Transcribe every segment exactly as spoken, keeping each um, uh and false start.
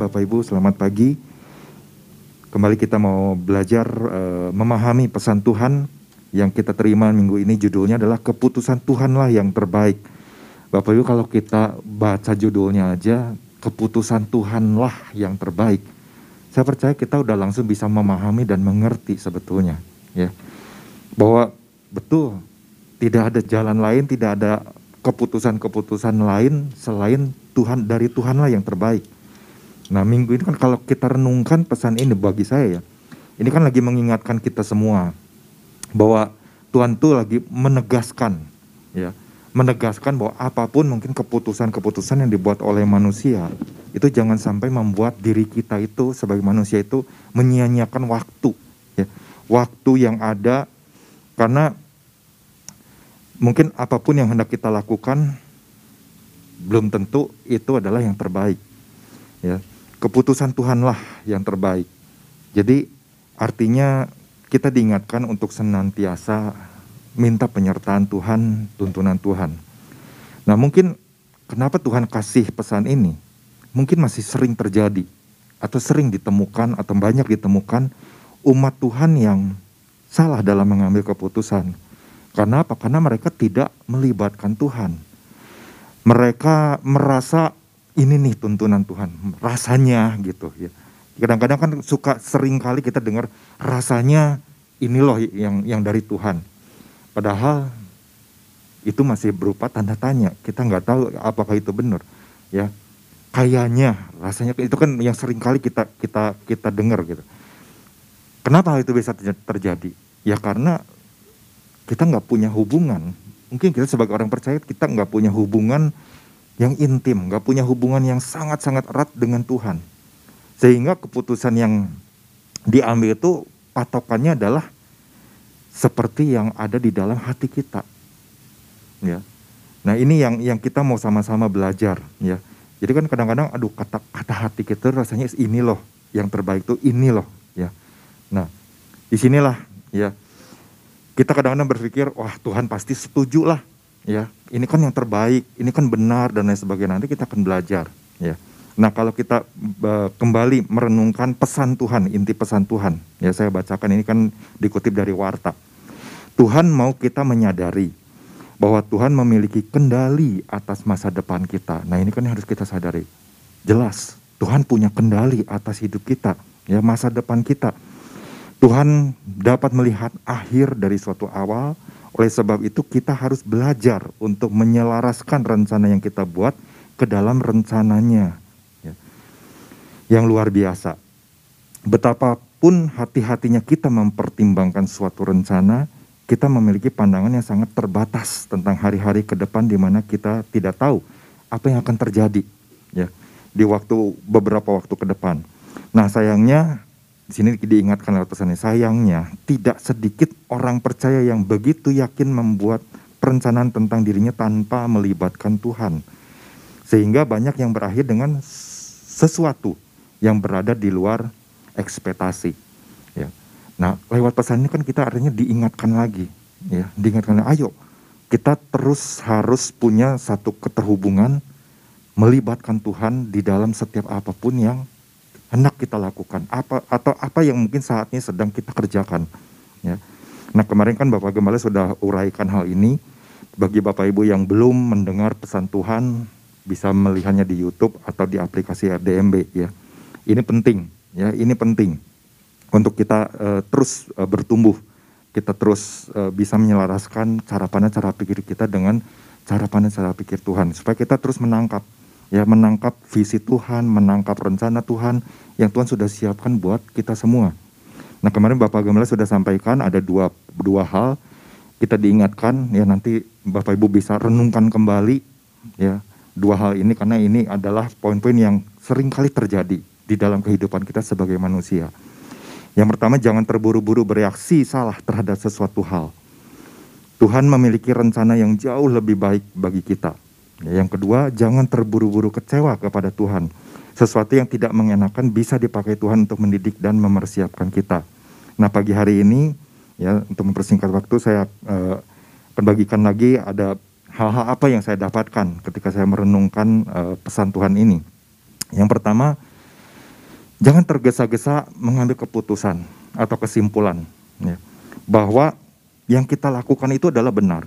Bapak Ibu, selamat pagi. Kembali kita mau belajar uh, memahami pesan Tuhan yang kita terima minggu ini. Judulnya adalah keputusan Tuhanlah yang terbaik. Bapak Ibu, kalau kita baca judulnya aja, keputusan Tuhanlah yang terbaik, saya percaya kita udah langsung bisa memahami dan mengerti sebetulnya, ya, bahwa betul tidak ada jalan lain, tidak ada keputusan-keputusan lain selain Tuhan, dari Tuhanlah yang terbaik. Nah, minggu ini kan kalau kita renungkan pesan ini bagi saya ya, ini kan lagi mengingatkan kita semua bahwa Tuhan tuh lagi menegaskan, ya, menegaskan bahwa apapun mungkin keputusan-keputusan yang dibuat oleh manusia itu jangan sampai membuat diri kita itu sebagai manusia itu menyia-nyiakan waktu, ya, waktu yang ada, karena mungkin apapun yang hendak kita lakukan belum tentu itu adalah yang terbaik, ya. Keputusan Tuhanlah yang terbaik. Jadi artinya kita diingatkan untuk senantiasa minta penyertaan Tuhan, tuntunan Tuhan. Nah, mungkin kenapa Tuhan kasih pesan ini? Mungkin masih sering terjadi atau sering ditemukan atau banyak ditemukan umat Tuhan yang salah dalam mengambil keputusan. Karena apa? Karena mereka tidak melibatkan Tuhan. Mereka merasa ini nih tuntunan Tuhan, rasanya gitu ya. Kadang-kadang kan suka sering kali kita dengar rasanya ini loh yang yang dari Tuhan. Padahal itu masih berupa tanda tanya. Kita nggak tahu apakah itu benar, ya. Kayaknya, rasanya itu kan yang sering kali kita kita kita dengar gitu. Kenapa hal itu bisa terjadi? Ya karena kita nggak punya hubungan. Mungkin kita sebagai orang percaya kita nggak punya hubungan yang intim, nggak punya hubungan yang sangat-sangat erat dengan Tuhan. Sehingga keputusan yang diambil itu patokannya adalah seperti yang ada di dalam hati kita. Ya. Nah, ini yang yang kita mau sama-sama belajar, ya. Jadi kan kadang-kadang aduh kata kata hati kita rasanya ini loh yang terbaik tuh ini loh, ya. Nah, disinilah ya kita kadang-kadang berpikir, wah Tuhan pasti setuju lah, ya. Ini kan yang terbaik, ini kan benar dan lain sebagainya. Nanti kita akan belajar, ya. Nah, kalau kita uh, kembali merenungkan pesan Tuhan, inti pesan Tuhan, ya saya bacakan ini kan dikutip dari Warta. Tuhan mau kita menyadari bahwa Tuhan memiliki kendali atas masa depan kita. Nah, ini kan yang harus kita sadari. Jelas, Tuhan punya kendali atas hidup kita, ya, masa depan kita. Tuhan dapat melihat akhir dari suatu awal, oleh sebab itu kita harus belajar untuk menyelaraskan rencana yang kita buat ke dalam rencananya, ya, yang luar biasa. Betapapun hati-hatinya kita mempertimbangkan suatu rencana, kita memiliki pandangan yang sangat terbatas tentang hari-hari ke depan di mana kita tidak tahu apa yang akan terjadi, ya, di waktu beberapa waktu ke depan. Nah, sayangnya di sini diingatkan lewat pesannya, sayangnya tidak sedikit orang percaya yang begitu yakin membuat perencanaan tentang dirinya tanpa melibatkan Tuhan. Sehingga banyak yang berakhir dengan sesuatu yang berada di luar ekspektasi. Ya. Nah, lewat pesan ini kan kita artinya diingatkan lagi, ya, diingatkan, ayo kita terus harus punya satu keterhubungan, melibatkan Tuhan di dalam setiap apapun yang hendak kita lakukan, apa atau apa yang mungkin saatnya sedang kita kerjakan, ya. Nah, kemarin kan Bapak Gembala sudah uraikan hal ini. Bagi Bapak Ibu yang belum mendengar pesan Tuhan, bisa melihatnya di YouTube atau di aplikasi R D M B, ya. Ini penting, ya, ini penting untuk kita uh, terus uh, bertumbuh, kita terus uh, bisa menyelaraskan cara pandang, cara pikir kita dengan cara pandang, cara pikir Tuhan, supaya kita terus menangkap, ya, menangkap visi Tuhan, menangkap rencana Tuhan yang Tuhan sudah siapkan buat kita semua. Nah, kemarin Bapak Gembala sudah sampaikan ada dua dua hal, kita diingatkan, ya, nanti Bapak Ibu bisa renungkan kembali, ya, dua hal ini karena ini adalah poin-poin yang sering kali terjadi di dalam kehidupan kita sebagai manusia. Yang pertama, jangan terburu-buru bereaksi salah terhadap sesuatu hal. Tuhan memiliki rencana yang jauh lebih baik bagi kita. Yang kedua, jangan terburu-buru kecewa kepada Tuhan. Sesuatu yang tidak mengenakan bisa dipakai Tuhan untuk mendidik dan mempersiapkan kita. Nah, pagi hari ini, ya, untuk mempersingkat waktu, saya uh, akan bagikan lagi ada hal-hal apa yang saya dapatkan ketika saya merenungkan uh, pesan Tuhan ini. Yang pertama, Jangan tergesa-gesa mengambil keputusan atau kesimpulan ya, bahwa yang kita lakukan itu adalah benar.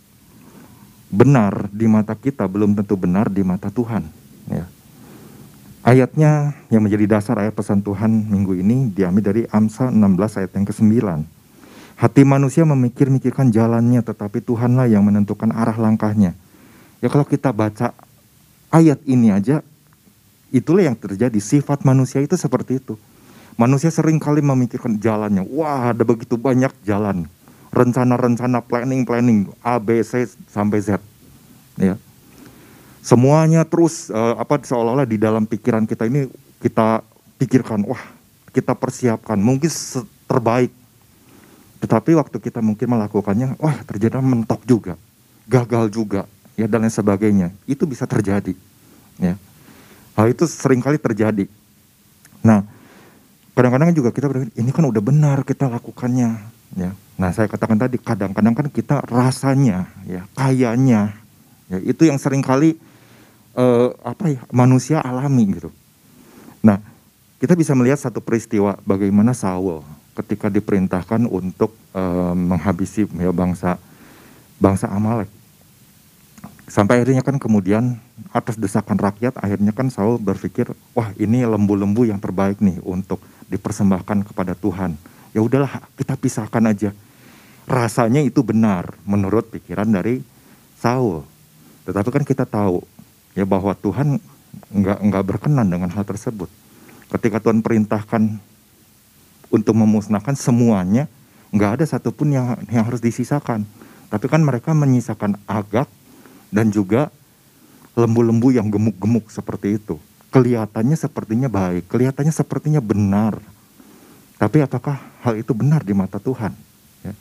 Benar di mata kita belum tentu benar di mata Tuhan. Ya. Ayatnya yang menjadi dasar ayat pesan Tuhan minggu ini diambil dari Amsal enam belas ayat yang kesembilan. Hati manusia memikir-mikirkan jalannya, tetapi Tuhanlah yang menentukan arah langkahnya. Ya kalau kita baca ayat ini aja, itulah yang terjadi. Sifat manusia itu seperti itu. Manusia sering kali memikirkan jalannya. Wah, ada begitu banyak jalan. Rencana-rencana, planning-planning, A, B, C, sampai Z. Ya. Semuanya terus uh, apa seolah-olah di dalam pikiran kita ini kita pikirkan, wah kita persiapkan, mungkin terbaik. Tetapi waktu kita mungkin melakukannya, wah terjadi mentok juga, gagal juga, ya dan lain sebagainya. Itu bisa terjadi. Ya. Hal itu seringkali terjadi. Nah, kadang-kadang juga kita berpikir, ini kan udah benar kita lakukannya. Ya. Nah, saya katakan tadi, kadang-kadang kan kita rasanya, ya, kayaknya, ya, itu yang seringkali eh, apa ya, manusia alami gitu. Nah, kita bisa melihat satu peristiwa bagaimana Saul ketika diperintahkan untuk eh, menghabisi ya, bangsa bangsa Amalek. Sampai akhirnya kan kemudian atas desakan rakyat, akhirnya kan Saul berpikir, wah ini lembu-lembu yang terbaik nih untuk dipersembahkan kepada Tuhan. Ya udahlah, kita pisahkan aja. Rasanya itu benar menurut pikiran dari Saul. Tetapi kan kita tahu ya bahwa Tuhan nggak nggak berkenan dengan hal tersebut. Ketika Tuhan perintahkan untuk memusnahkan semuanya, nggak ada satupun yang yang harus disisakan. Tapi kan mereka menyisakan Agag dan juga lembu-lembu yang gemuk-gemuk seperti itu. Kelihatannya sepertinya baik, kelihatannya sepertinya benar. Tapi apakah hal itu benar di mata Tuhan? Ya.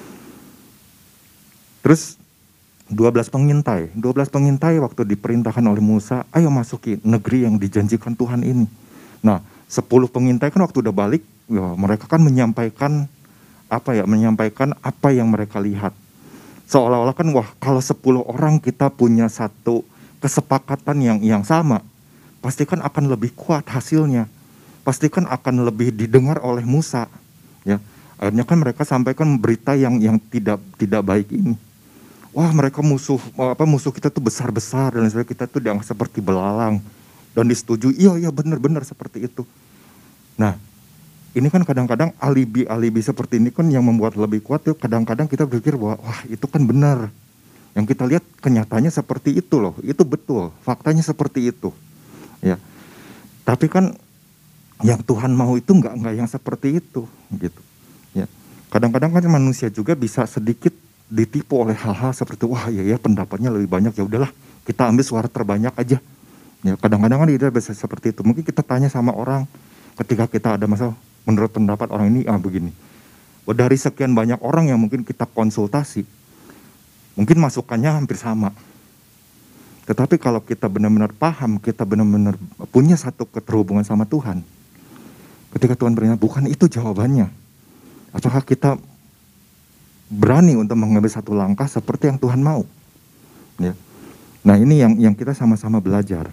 Terus dua belas pengintai, dua belas pengintai waktu diperintahkan oleh Musa, ayo masuki negeri yang dijanjikan Tuhan ini. Nah, sepuluh pengintai kan waktu udah balik, ya, mereka kan menyampaikan apa ya, menyampaikan apa yang mereka lihat. Seolah-olah kan wah kalau sepuluh orang kita punya satu kesepakatan yang yang sama, pasti kan akan lebih kuat hasilnya. Pasti kan akan lebih didengar oleh Musa. Ya. Akhirnya kan mereka sampaikan berita yang yang tidak tidak baik ini. Wah, mereka musuh apa musuh kita tuh besar-besar dan sebagainya, kita tuh dianggap seperti belalang dan disetujui. Iya, iya benar-benar seperti itu. Nah, ini kan kadang-kadang alibi-alibi seperti ini kan yang membuat lebih kuat tuh kadang-kadang kita berpikir bahwa wah itu kan benar. Yang kita lihat kenyataannya seperti itu loh, itu betul, faktanya seperti itu. Ya. Tapi kan yang Tuhan mau itu enggak enggak yang seperti itu gitu. Ya. Kadang-kadang kan manusia juga bisa sedikit ditipu oleh hal-hal seperti wah ya ya pendapatnya lebih banyak, ya udahlah kita ambil suara terbanyak aja. Ya, kadang-kadang kan tidak bisa seperti itu. Mungkin kita tanya sama orang ketika kita ada masalah, menurut pendapat orang ini ah begini. Dari sekian banyak orang yang mungkin kita konsultasi, mungkin masukannya hampir sama. Tetapi kalau kita benar-benar paham, kita benar-benar punya satu keterhubungan sama Tuhan, ketika Tuhan berkata bukan itu jawabannya, apakah kita berani untuk mengambil satu langkah seperti yang Tuhan mau? Ya. Nah ini yang yang kita sama-sama belajar.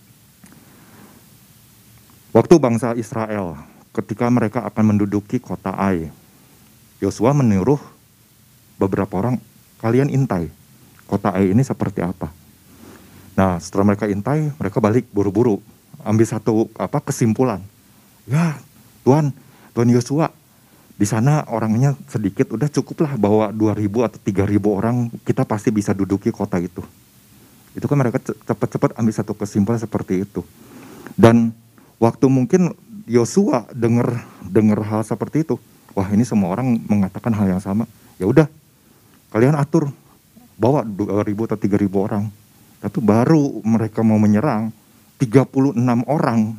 Waktu bangsa Israel, ketika mereka akan menduduki kota Ai, Yosua menyuruh beberapa orang, kalian intai kota Ai ini seperti apa. Nah setelah mereka intai, mereka balik buru-buru, ambil satu apa kesimpulan. Ya Tuhan, Tuhan Yosua, di sana orangnya sedikit, udah cukuplah bawa dua ribu atau tiga ribu orang, kita pasti bisa duduki kota itu. Itu kan mereka cepat-cepat ambil satu kesimpulan seperti itu. Dan waktu mungkin Yosua dengar dengar hal seperti itu, wah ini semua orang mengatakan hal yang sama. Ya udah, kalian atur bawa dua ribu atau tiga ribu orang. Tapi baru mereka mau menyerang, tiga puluh enam orang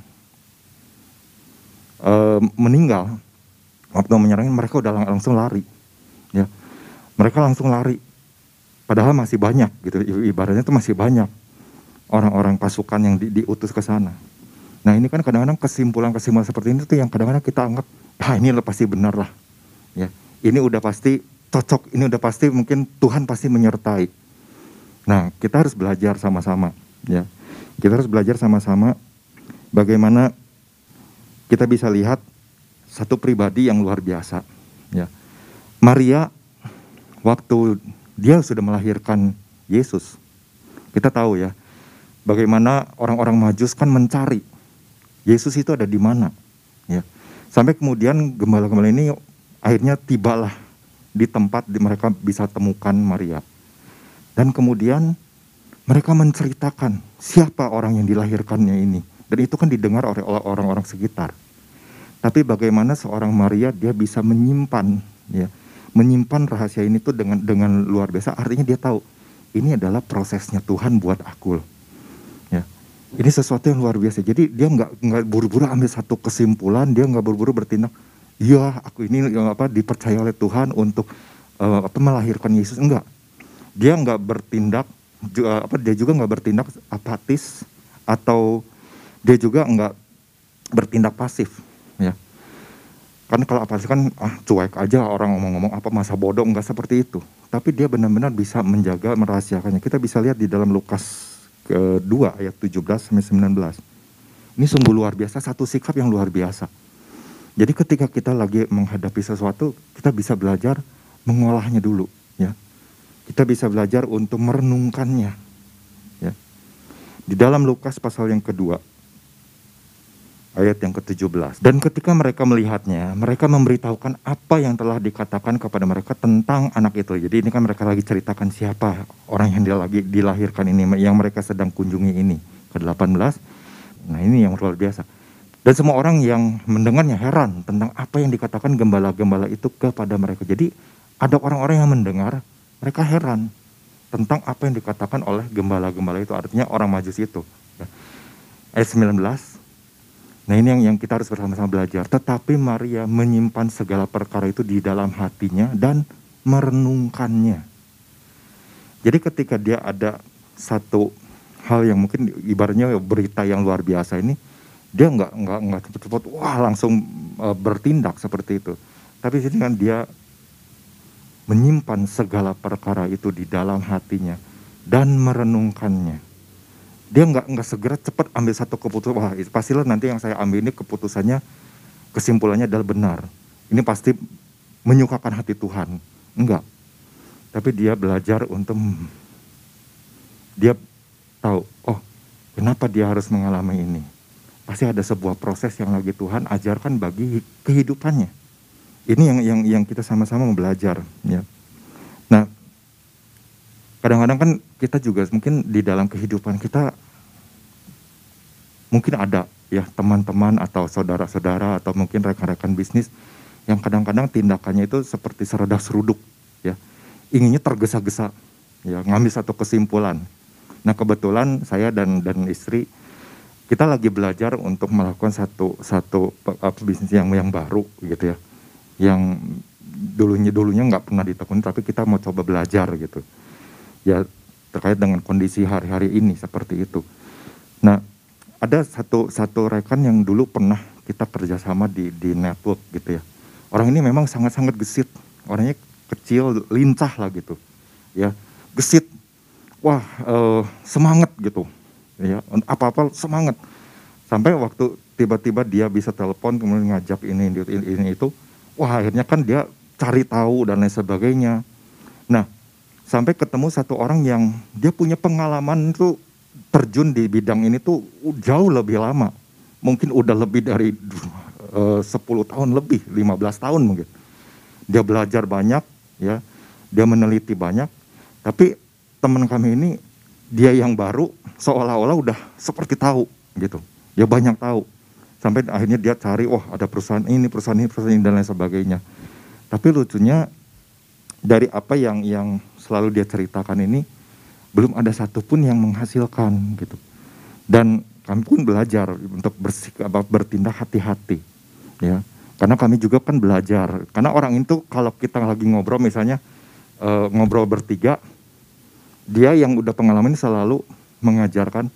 e, meninggal. Waktu menyerang mereka udah lang- langsung lari. Ya. Mereka langsung lari. Padahal masih banyak gitu, ibaratnya itu masih banyak orang-orang pasukan yang di, diutus ke sana. Nah ini kan kadang-kadang kesimpulan-kesimpulan seperti ini tuh yang kadang-kadang kita anggap, ah ini pasti benar lah. Ya, ini udah pasti cocok, ini udah pasti mungkin Tuhan pasti menyertai. Nah kita harus belajar sama-sama. Ya, kita harus belajar sama-sama bagaimana kita bisa lihat satu pribadi yang luar biasa. Ya. Maria, waktu dia sudah melahirkan Yesus, kita tahu ya, bagaimana orang-orang Majus kan mencari Yesus itu ada di mana. Ya. Sampai kemudian gembala-gembala ini akhirnya tibalah di tempat di mereka bisa temukan Maria. Dan kemudian mereka menceritakan siapa orang yang dilahirkannya ini. Dan itu kan didengar oleh orang-orang sekitar. Tapi bagaimana seorang Maria dia bisa menyimpan, ya, menyimpan rahasia ini tuh dengan dengan luar biasa. Artinya dia tahu ini adalah prosesnya Tuhan buat aku. Ya, ini sesuatu yang luar biasa. Jadi dia nggak nggak buru-buru ambil satu kesimpulan, dia nggak buru-buru bertindak. Iya, aku ini apa dipercaya oleh Tuhan untuk uh, apa melahirkan Yesus, enggak. Dia nggak bertindak juga, apa dia juga nggak bertindak apatis atau dia juga nggak bertindak pasif, ya. Kan kalau apatis kan ah cuek aja orang ngomong-ngomong apa masa bodoh, nggak seperti itu. Tapi dia benar-benar bisa menjaga merahasiakannya. Kita bisa lihat di dalam Lukas kedua ayat tujuh belas sampai sembilan belas. Ini sungguh luar biasa, satu sikap yang luar biasa. Jadi ketika kita lagi menghadapi sesuatu, kita bisa belajar mengolahnya dulu, ya. Kita bisa belajar untuk merenungkannya, ya. Di dalam Lukas pasal yang kedua, ayat yang ketujuh belas. Dan ketika mereka melihatnya, mereka memberitahukan apa yang telah dikatakan kepada mereka tentang anak itu. Jadi ini kan mereka lagi ceritakan siapa orang yang dia lagi dilahirkan ini, yang mereka sedang kunjungi ini. ke delapan belas. Nah ini yang luar biasa. Dan semua orang yang mendengarnya heran tentang apa yang dikatakan gembala-gembala itu kepada mereka. Jadi ada orang-orang yang mendengar, mereka heran tentang apa yang dikatakan oleh gembala-gembala itu. Artinya orang Majus itu. Ayat sembilan belas. Nah ini yang, yang kita harus bersama-sama belajar. Tetapi Maria menyimpan segala perkara itu di dalam hatinya dan merenungkannya. Jadi ketika dia ada satu hal yang mungkin ibaratnya berita yang luar biasa ini, dia nggak nggak nggak cepat-cepat wah langsung uh, bertindak seperti itu. Tapi sini kan dia menyimpan segala perkara itu di dalam hatinya dan merenungkannya. Dia nggak nggak segera cepat ambil satu keputusan. Wah pastilah nanti yang saya ambil ini keputusannya kesimpulannya adalah benar. Ini pasti menyukakan hati Tuhan. Enggak. Tapi dia belajar untuk dia tahu, oh kenapa dia harus mengalami ini. Pasti ada sebuah proses yang lagi Tuhan ajarkan bagi kehidupannya. Ini yang yang yang kita sama-sama mau belajar, ya. Nah, kadang-kadang kan kita juga mungkin di dalam kehidupan kita mungkin ada ya teman-teman atau saudara-saudara atau mungkin rekan-rekan bisnis yang kadang-kadang tindakannya itu seperti seredah seruduk, ya. Inginnya tergesa-gesa, ya, ngambil satu kesimpulan. Nah, kebetulan saya dan dan istri kita lagi belajar untuk melakukan satu satu apa, bisnis yang yang baru gitu ya, yang dulunya dulunya nggak pernah ditekuni tapi kita mau coba belajar gitu ya terkait dengan kondisi hari-hari ini seperti itu. Nah ada satu satu rekan yang dulu pernah kita kerjasama di di network gitu ya. Orang ini memang sangat-sangat gesit, orangnya kecil lincah lah gitu ya, gesit, wah eh, semangat gitu. Ya, apa-apa semangat. Sampai waktu tiba-tiba dia bisa telepon kemudian ngajak ini, ini ini itu, wah akhirnya kan dia cari tahu dan lain sebagainya. Nah, sampai ketemu satu orang yang dia punya pengalaman tuh terjun di bidang ini tuh jauh lebih lama. Mungkin udah lebih dari uh, sepuluh tahun lebih, lima belas tahun mungkin. Dia belajar banyak, ya. Dia meneliti banyak, tapi teman kami ini dia yang baru seolah-olah udah seperti tahu gitu. Dia banyak tahu. Sampai akhirnya dia cari, wah ada perusahaan ini, perusahaan ini, perusahaan ini dan lain sebagainya. Tapi lucunya dari apa yang yang selalu dia ceritakan ini belum ada satupun yang menghasilkan gitu. Dan kami pun belajar untuk bersikap bertindak hati-hati ya. Karena kami juga kan belajar. Karena orang itu kalau kita lagi ngobrol misalnya e, ngobrol bertiga, dia yang udah pengalaman ini selalu mengajarkan,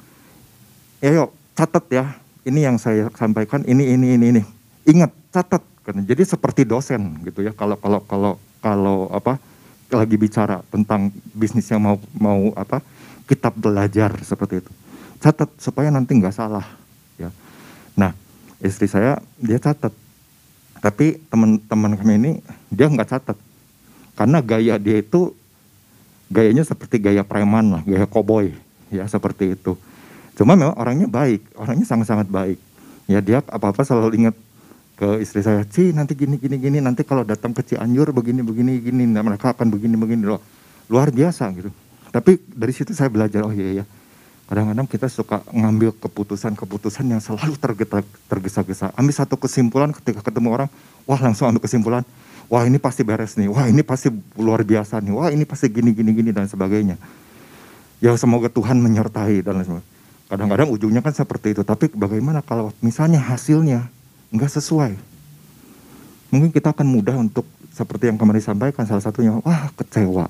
ayo catat ya, ini yang saya sampaikan, ini, ini, ini, ini. Ingat, catat. Jadi seperti dosen gitu ya, kalau kalau kalau kalau apa lagi bicara tentang bisnis yang mau mau apa kitab belajar seperti itu. Catat supaya nanti nggak salah. Ya. Nah, Istri saya dia catat, tapi teman-teman kami ini dia nggak catat, karena gaya dia itu gayanya seperti gaya preman lah, gaya koboi, ya seperti itu. Cuma memang orangnya baik, orangnya sangat-sangat baik. Ya dia apa-apa selalu ingat ke istri saya, Ci nanti gini gini gini, nanti kalau datang ke Cianjur begini begini gini, nah, mereka akan begini begini loh, luar biasa gitu. Tapi dari situ saya belajar, oh iya ya, kadang-kadang kita suka ngambil keputusan-keputusan yang selalu tergesa-gesa. Ambil satu kesimpulan ketika ketemu orang, wah langsung ambil kesimpulan, wah ini pasti beres nih, wah ini pasti luar biasa nih, wah ini pasti gini gini gini dan sebagainya. Ya semoga Tuhan menyertai dan lain sebagainya. Kadang-kadang ujungnya kan seperti itu, tapi bagaimana kalau misalnya hasilnya nggak sesuai? Mungkin kita akan mudah untuk seperti yang kemarin disampaikan, salah satunya, wah kecewa,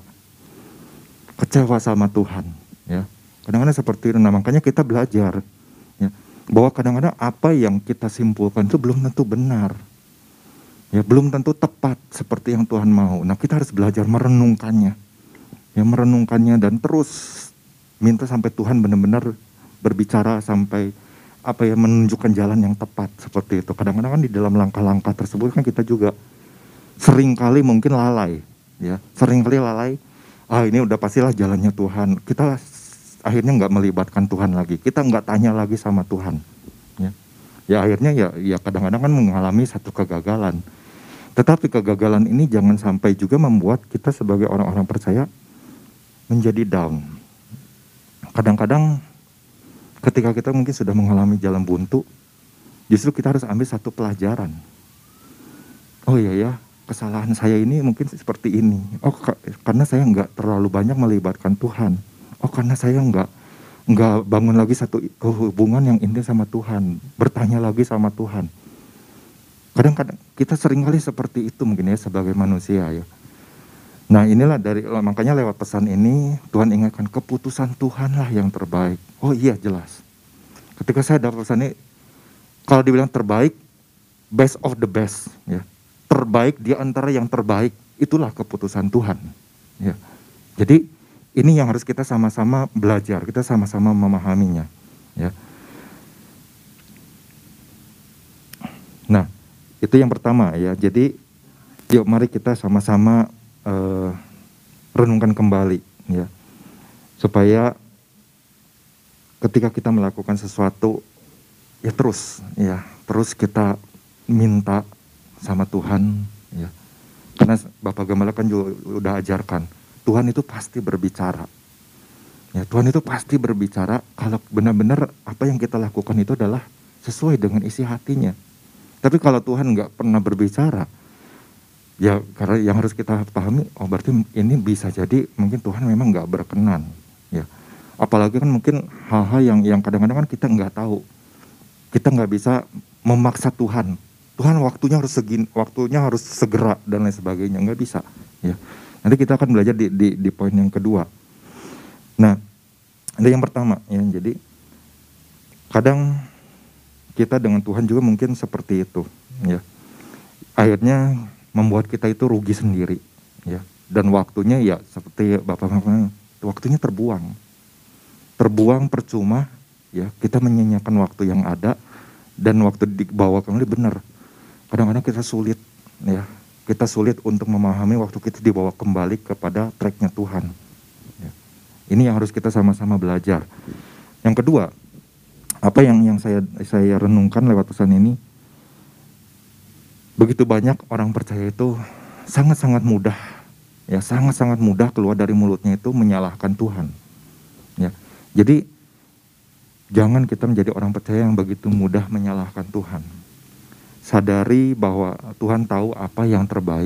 kecewa sama Tuhan, ya. Kadang-kadang seperti itu. Nah makanya kita belajar, ya, bahwa kadang-kadang apa yang kita simpulkan itu belum tentu benar, ya, belum tentu tepat seperti yang Tuhan mau. Nah kita harus belajar merenungkannya, ya, merenungkannya dan terus minta sampai Tuhan benar-benar berbicara sampai apa ya, menunjukkan jalan yang tepat seperti itu. Kadang-kadang kan di dalam langkah-langkah tersebut kan kita juga seringkali mungkin lalai, ya, seringkali lalai. Ah ini udah pastilah jalannya Tuhan. Kita akhirnya nggak melibatkan Tuhan lagi, kita nggak tanya lagi sama Tuhan, ya, ya akhirnya ya, ya kadang-kadang kan mengalami satu kegagalan. Tetapi kegagalan ini jangan sampai juga membuat kita sebagai orang-orang percaya menjadi down. Kadang-kadang ketika kita mungkin sudah mengalami jalan buntu, justru kita harus ambil satu pelajaran. Oh iya ya, kesalahan saya ini mungkin seperti ini. Oh karena saya nggak terlalu banyak melibatkan Tuhan. Oh karena saya nggak nggak bangun lagi satu hubungan yang intim sama Tuhan, bertanya lagi sama Tuhan. Kadang-kadang kita seringkali seperti itu mungkin ya sebagai manusia ya. Nah inilah dari makanya lewat pesan ini Tuhan ingatkan keputusan Tuhan lah yang terbaik. Oh iya jelas. Ketika saya dapat pesan ini, kalau dibilang terbaik, best of the best, ya, terbaik di antara yang terbaik, itulah keputusan Tuhan. Ya, jadi ini yang harus kita sama-sama belajar, kita sama-sama memahaminya, ya. Nah, itu yang pertama ya. Jadi, yuk mari kita sama-sama uh, renungkan kembali, ya, supaya ketika kita melakukan sesuatu, ya terus, ya terus kita minta sama Tuhan, ya. Karena Bapak Gembala kan juga udah ajarkan. Tuhan itu pasti berbicara. Ya, Tuhan itu pasti berbicara kalau benar-benar apa yang kita lakukan itu adalah sesuai dengan isi hatinya. Tapi kalau Tuhan nggak pernah berbicara, ya karena yang harus kita pahami, oh berarti ini bisa jadi mungkin Tuhan memang nggak berkenan. Ya, apalagi kan mungkin hal-hal yang yang kadang-kadang kan kita nggak tahu, kita nggak bisa memaksa Tuhan. Tuhan waktunya harus segini, waktunya harus segera dan lain sebagainya, nggak bisa. Ya. Nanti kita akan belajar di, di, di poin yang kedua. Nah, ada yang pertama, ya, jadi kadang kita dengan Tuhan juga mungkin seperti itu, ya. Akhirnya membuat kita itu rugi sendiri, ya. Dan waktunya ya seperti Bapak-bapak, waktunya terbuang, terbuang percuma, ya. Kita menyanyiakan waktu yang ada dan waktu dibawa kembali benar. Kadang-kadang kita sulit, ya. Kita sulit untuk memahami waktu kita dibawa kembali kepada tracknya Tuhan. Ya. Ini yang harus kita sama-sama belajar. Yang kedua, apa yang yang saya saya renungkan lewat pesan ini, begitu banyak orang percaya itu sangat-sangat mudah, ya sangat-sangat mudah keluar dari mulutnya itu menyalahkan Tuhan. Ya, jadi jangan kita menjadi orang percaya yang begitu mudah menyalahkan Tuhan. Sadari bahwa Tuhan tahu apa yang terbaik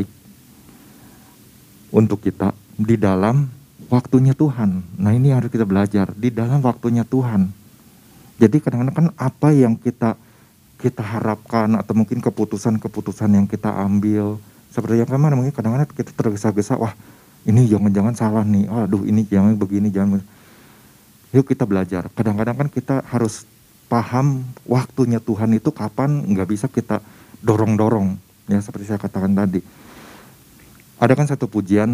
untuk kita di dalam waktunya Tuhan. Nah ini harus kita belajar di dalam waktunya Tuhan. Jadi kadang-kadang kan apa yang kita kita harapkan atau mungkin keputusan-keputusan yang kita ambil seperti yang kemarin mungkin kadang-kadang kita tergesa-gesa, wah ini jangan-jangan salah nih, aduh ini jangan begini, jangan. Yuk kita belajar. Kadang-kadang kan kita harus paham waktunya Tuhan itu kapan, nggak bisa kita dorong-dorong, ya seperti saya katakan tadi. Ada kan satu pujian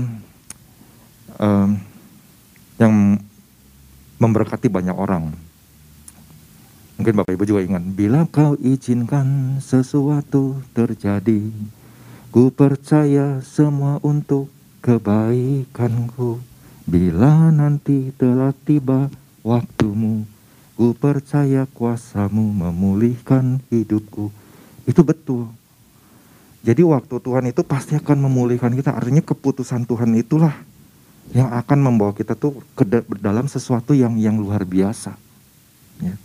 um, yang memberkati banyak orang. Mungkin Bapak Ibu juga ingat, bila kau izinkan sesuatu terjadi, ku percaya semua untuk kebaikanku. Bila nanti telah tiba waktumu, ku percaya kuasamu memulihkan hidupku. Itu betul. Jadi waktu Tuhan itu pasti akan memulihkan kita. Artinya keputusan Tuhan itulah yang akan membawa kita tuh ke dalam sesuatu yang yang luar biasa. Ya.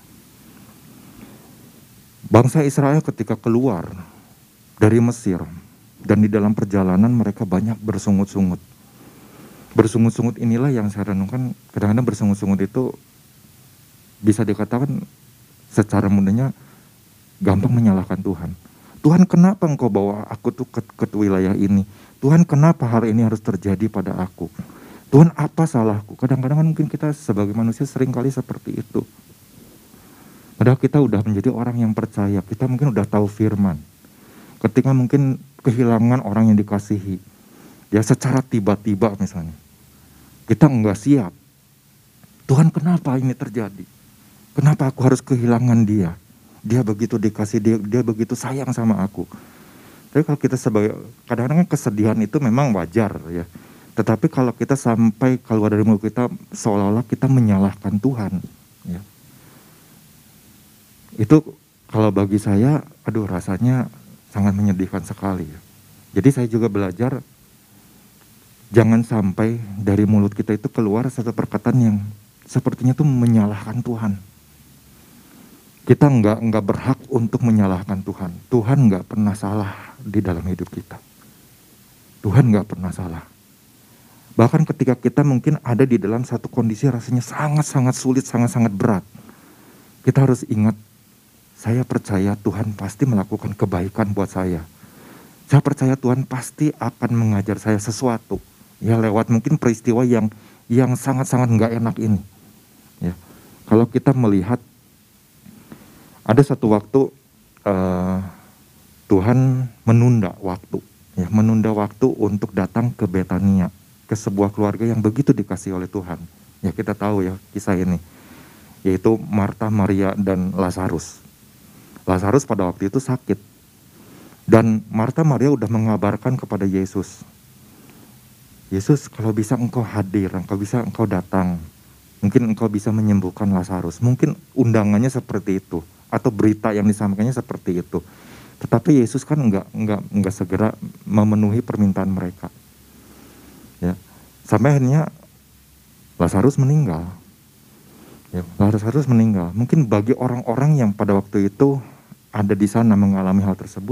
Bangsa Israel ketika keluar dari Mesir, dan di dalam perjalanan mereka banyak bersungut-sungut. Bersungut-sungut inilah yang saya renungkan, kadang-kadang bersungut-sungut itu bisa dikatakan secara mudahnya gampang menyalahkan Tuhan. Tuhan, kenapa engkau bawa aku tuh ke, ke wilayah ini? Tuhan, kenapa hal ini harus terjadi pada aku? Tuhan, apa salahku? Kadang-kadang mungkin kita sebagai manusia sering kali seperti itu. Padahal kita udah menjadi orang yang percaya, kita mungkin udah tahu firman. Ketika mungkin kehilangan orang yang dikasihi, ya secara tiba-tiba misalnya, kita enggak siap. Tuhan, kenapa ini terjadi? Kenapa aku harus kehilangan dia? Dia begitu dikasih, dia, dia begitu sayang sama aku. Tapi kalau kita sebagai, kadang-kadang kesedihan itu memang wajar ya. Tetapi kalau kita sampai keluar dari mulut kita seolah-olah kita menyalahkan Tuhan, ya. Itu kalau bagi saya, aduh rasanya sangat menyedihkan sekali. Ya. Jadi saya juga belajar, jangan sampai dari mulut kita itu keluar satu perkataan yang sepertinya itu menyalahkan Tuhan. Kita enggak, enggak berhak untuk menyalahkan Tuhan. Tuhan enggak pernah salah di dalam hidup kita. Tuhan enggak pernah salah. Bahkan ketika kita mungkin ada di dalam satu kondisi rasanya sangat-sangat sulit, sangat-sangat berat. Kita harus ingat, saya percaya Tuhan pasti melakukan kebaikan buat saya. Saya percaya Tuhan pasti akan mengajar saya sesuatu. Ya lewat mungkin peristiwa yang yang sangat-sangat enggak enak ini. Ya. Kalau kita melihat ada satu waktu uh, Tuhan menunda waktu, ya, menunda waktu untuk datang ke Betania, ke sebuah keluarga yang begitu dikasih oleh Tuhan. Ya kita tahu ya kisah ini, yaitu Marta, Maria, dan Lazarus. Lazarus pada waktu itu sakit, dan Marta, Maria udah mengabarkan kepada Yesus, Yesus kalau bisa engkau hadir, engkau bisa engkau datang, mungkin engkau bisa menyembuhkan Lazarus. Mungkin undangannya seperti itu, atau berita yang disampaikannya seperti itu. Tetapi Yesus kan enggak enggak enggak segera memenuhi permintaan mereka. Ya. Sampai akhirnya Lazarus meninggal. Ya, Lazarus meninggal. Mungkin bagi orang-orang yang pada waktu itu ada di sana mengalami hal tersebut,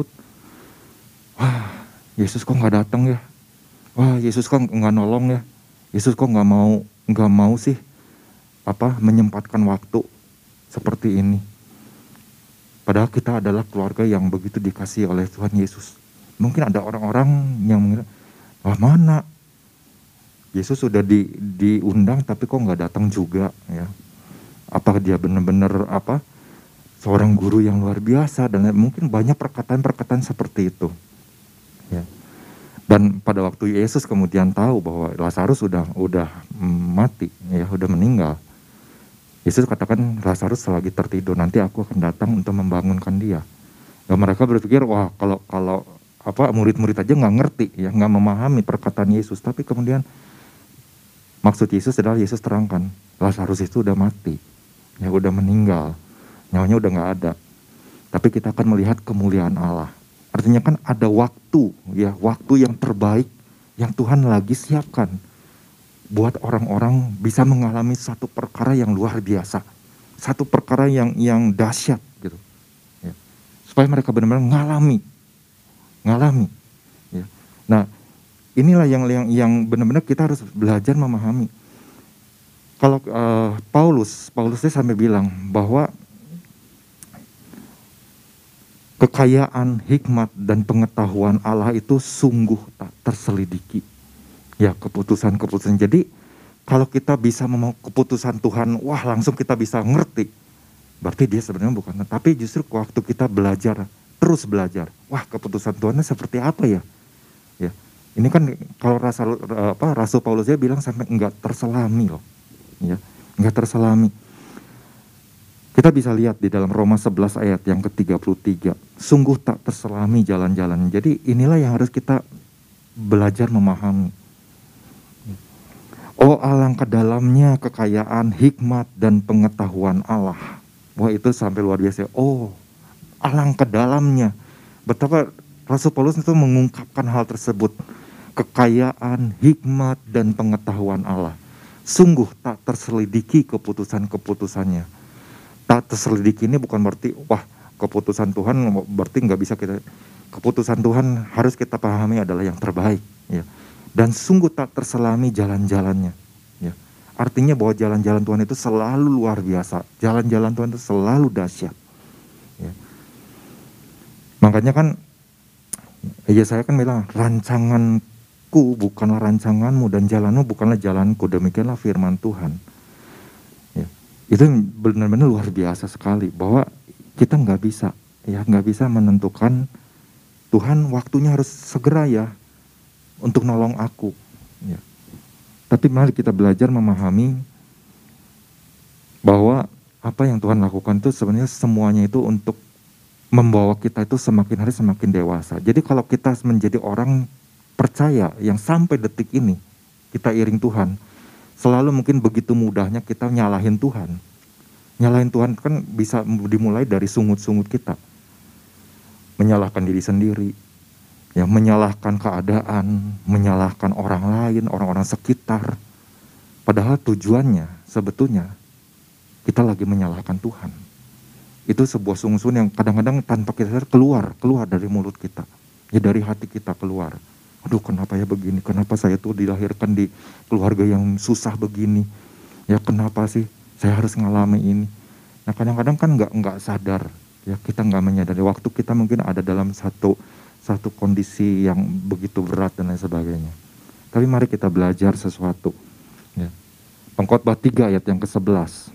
wah, Yesus kok nggak datang ya? Wah, Yesus kok nggak nolong ya? Yesus kok nggak mau nggak mau sih apa menyempatkan waktu seperti ini? Padahal kita adalah keluarga yang begitu dikasih oleh Tuhan Yesus. Mungkin ada orang-orang yang mengira, wah mana? Yesus sudah di, diundang tapi kok nggak datang juga ya? Apakah dia benar-benar apa seorang guru yang luar biasa, dan mungkin banyak perkataan-perkataan seperti itu. Ya. Dan pada waktu Yesus kemudian tahu bahwa Lazarus sudah udah mati, ya udah meninggal. Yesus katakan, Lazarus lagi tertidur, nanti aku akan datang untuk membangunkan dia. Dan mereka berpikir, wah kalau kalau apa murid-murid aja nggak ngerti, ya nggak memahami perkataan Yesus. Tapi kemudian maksud Yesus adalah Yesus terangkan, Lazarus itu udah mati, ya udah meninggal, nyawanya udah nggak ada. Tapi kita akan melihat kemuliaan Allah. Artinya kan ada waktu, ya waktu yang terbaik yang Tuhan lagi siapkan buat orang-orang bisa mengalami satu perkara yang luar biasa, satu perkara yang yang dahsyat gitu, ya. Supaya mereka benar-benar ngalami, ngalami. Ya. Nah, inilah yang yang yang benar-benar kita harus belajar memahami. Kalau uh, Paulus, Paulusnya sampai bilang bahwa kekayaan, hikmat, dan pengetahuan Allah itu sungguh tak terselidiki. Ya, keputusan-keputusan. Jadi, kalau kita bisa memau keputusan Tuhan, wah langsung kita bisa ngerti. Berarti dia sebenarnya bukan. Tapi justru waktu kita belajar, terus belajar. Wah, keputusan Tuhannya seperti apa ya? Ya, ini kan kalau Rasul, apa, Rasul Paulusnya bilang sampai enggak terselami loh. Ya, enggak terselami. Kita bisa lihat di dalam Roma sebelas ayat yang ke tiga puluh tiga. Sungguh tak terselami jalan-jalan. Jadi inilah yang harus kita belajar memahami. Oh, alangkah dalamnya kekayaan, hikmat, dan pengetahuan Allah. Wah, itu sampai luar biasa. Oh, alangkah dalamnya. Betapa Rasul Paulus itu mengungkapkan hal tersebut. Kekayaan, hikmat, dan pengetahuan Allah. Sungguh tak terselidiki keputusan-keputusannya. Tak terselidiki ini bukan berarti, wah, keputusan Tuhan berarti nggak bisa kita. Keputusan Tuhan harus kita pahami adalah yang terbaik. Ya. Dan sungguh tak terselami jalan-jalannya. Ya. Artinya bahwa jalan-jalan Tuhan itu selalu luar biasa. Jalan-jalan Tuhan itu selalu dahsyat. Ya. Makanya kan, ya saya kan bilang, rancanganku bukanlah rancanganmu dan jalanmu bukanlah jalanku. Demikianlah firman Tuhan. Ya. Itu benar-benar luar biasa sekali. Bahwa kita nggak bisa, ya nggak bisa menentukan Tuhan waktunya harus segera ya. Untuk nolong aku, ya. Tapi mari kita belajar memahami bahwa apa yang Tuhan lakukan itu sebenarnya semuanya itu untuk membawa kita itu semakin hari semakin dewasa. Jadi kalau kita menjadi orang percaya yang sampai detik ini kita iring Tuhan, selalu mungkin begitu mudahnya kita nyalahin Tuhan. Nyalahin Tuhan kan bisa dimulai dari sungut-sungut kita, menyalahkan diri sendiri. Ya, menyalahkan keadaan, menyalahkan orang lain, orang-orang sekitar. Padahal tujuannya sebetulnya kita lagi menyalahkan Tuhan. Itu sebuah sungsun yang kadang-kadang tanpa kita sadar keluar, keluar dari mulut kita. Ya dari hati kita keluar. Aduh, kenapa ya begini? Kenapa saya tuh dilahirkan di keluarga yang susah begini? Ya kenapa sih saya harus ngalami ini? Nah kadang-kadang kan nggak nggak sadar. Ya kita nggak menyadari waktu kita mungkin ada dalam satu satu kondisi yang begitu berat dan lain sebagainya. Tapi mari kita belajar sesuatu. Ya. Pengkhotbah tiga ayat yang ke sebelas.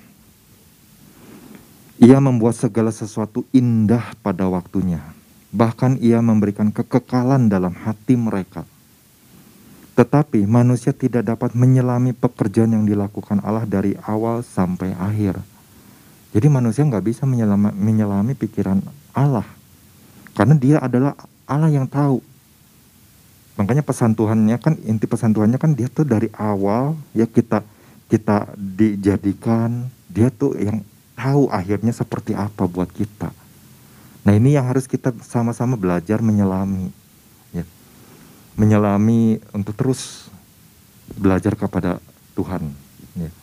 Ia membuat segala sesuatu indah pada waktunya. Bahkan ia memberikan kekekalan dalam hati mereka. Tetapi manusia tidak dapat menyelami pekerjaan yang dilakukan Allah dari awal sampai akhir. Jadi manusia nggak bisa menyelami, menyelami pikiran Allah. Karena dia adalah Allah yang tahu. Makanya pesan Tuhannya kan, inti pesan Tuhannya kan dia tuh dari awal ya kita kita dijadikan, dia tuh yang tahu akhirnya seperti apa buat kita. Nah ini yang harus kita sama-sama belajar menyelami. Ya. Menyelami untuk terus belajar kepada Tuhan. Ya.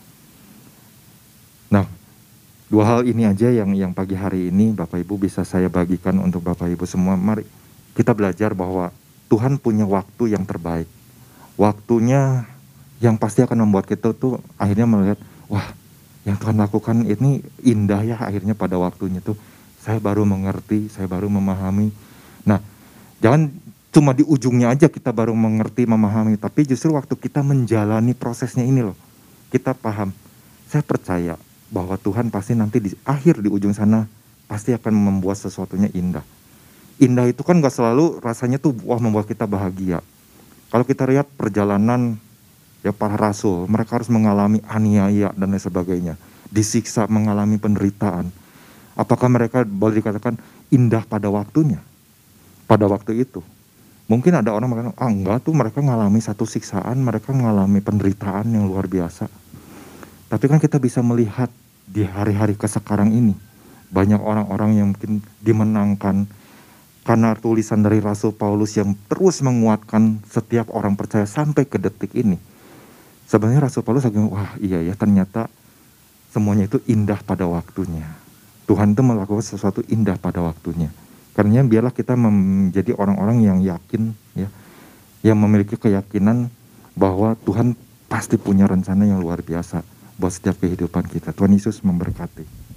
Nah dua hal ini aja yang yang pagi hari ini Bapak Ibu bisa saya bagikan untuk Bapak Ibu semua. Mari kita belajar bahwa Tuhan punya waktu yang terbaik. Waktunya yang pasti akan membuat kita tuh akhirnya melihat, wah yang Tuhan lakukan ini indah ya akhirnya pada waktunya tuh. Saya baru mengerti, saya baru memahami. Nah jangan cuma di ujungnya aja kita baru mengerti, memahami. Tapi justru waktu kita menjalani prosesnya ini loh. Kita paham, saya percaya bahwa Tuhan pasti nanti di akhir di ujung sana pasti akan membuat sesuatunya indah. Indah itu kan gak selalu rasanya tuh wah membuat kita bahagia. Kalau kita lihat perjalanan ya para rasul, mereka harus mengalami aniaya dan lain sebagainya. Disiksa, mengalami penderitaan. Apakah mereka boleh dikatakan indah pada waktunya? Pada waktu itu. Mungkin ada orang mengatakan, ah enggak tuh mereka mengalami satu siksaan, mereka mengalami penderitaan yang luar biasa. Tapi kan kita bisa melihat di hari-hari kesekarang ini. Banyak orang-orang yang mungkin dimenangkan karena tulisan dari Rasul Paulus yang terus menguatkan setiap orang percaya sampai ke detik ini. Sebenarnya Rasul Paulus lagi, wah iya ya ternyata semuanya itu indah pada waktunya. Tuhan itu melakukan sesuatu indah pada waktunya. Karena biarlah kita menjadi orang-orang yang yakin, ya, yang memiliki keyakinan bahwa Tuhan pasti punya rencana yang luar biasa buat setiap kehidupan kita. Tuhan Yesus memberkati.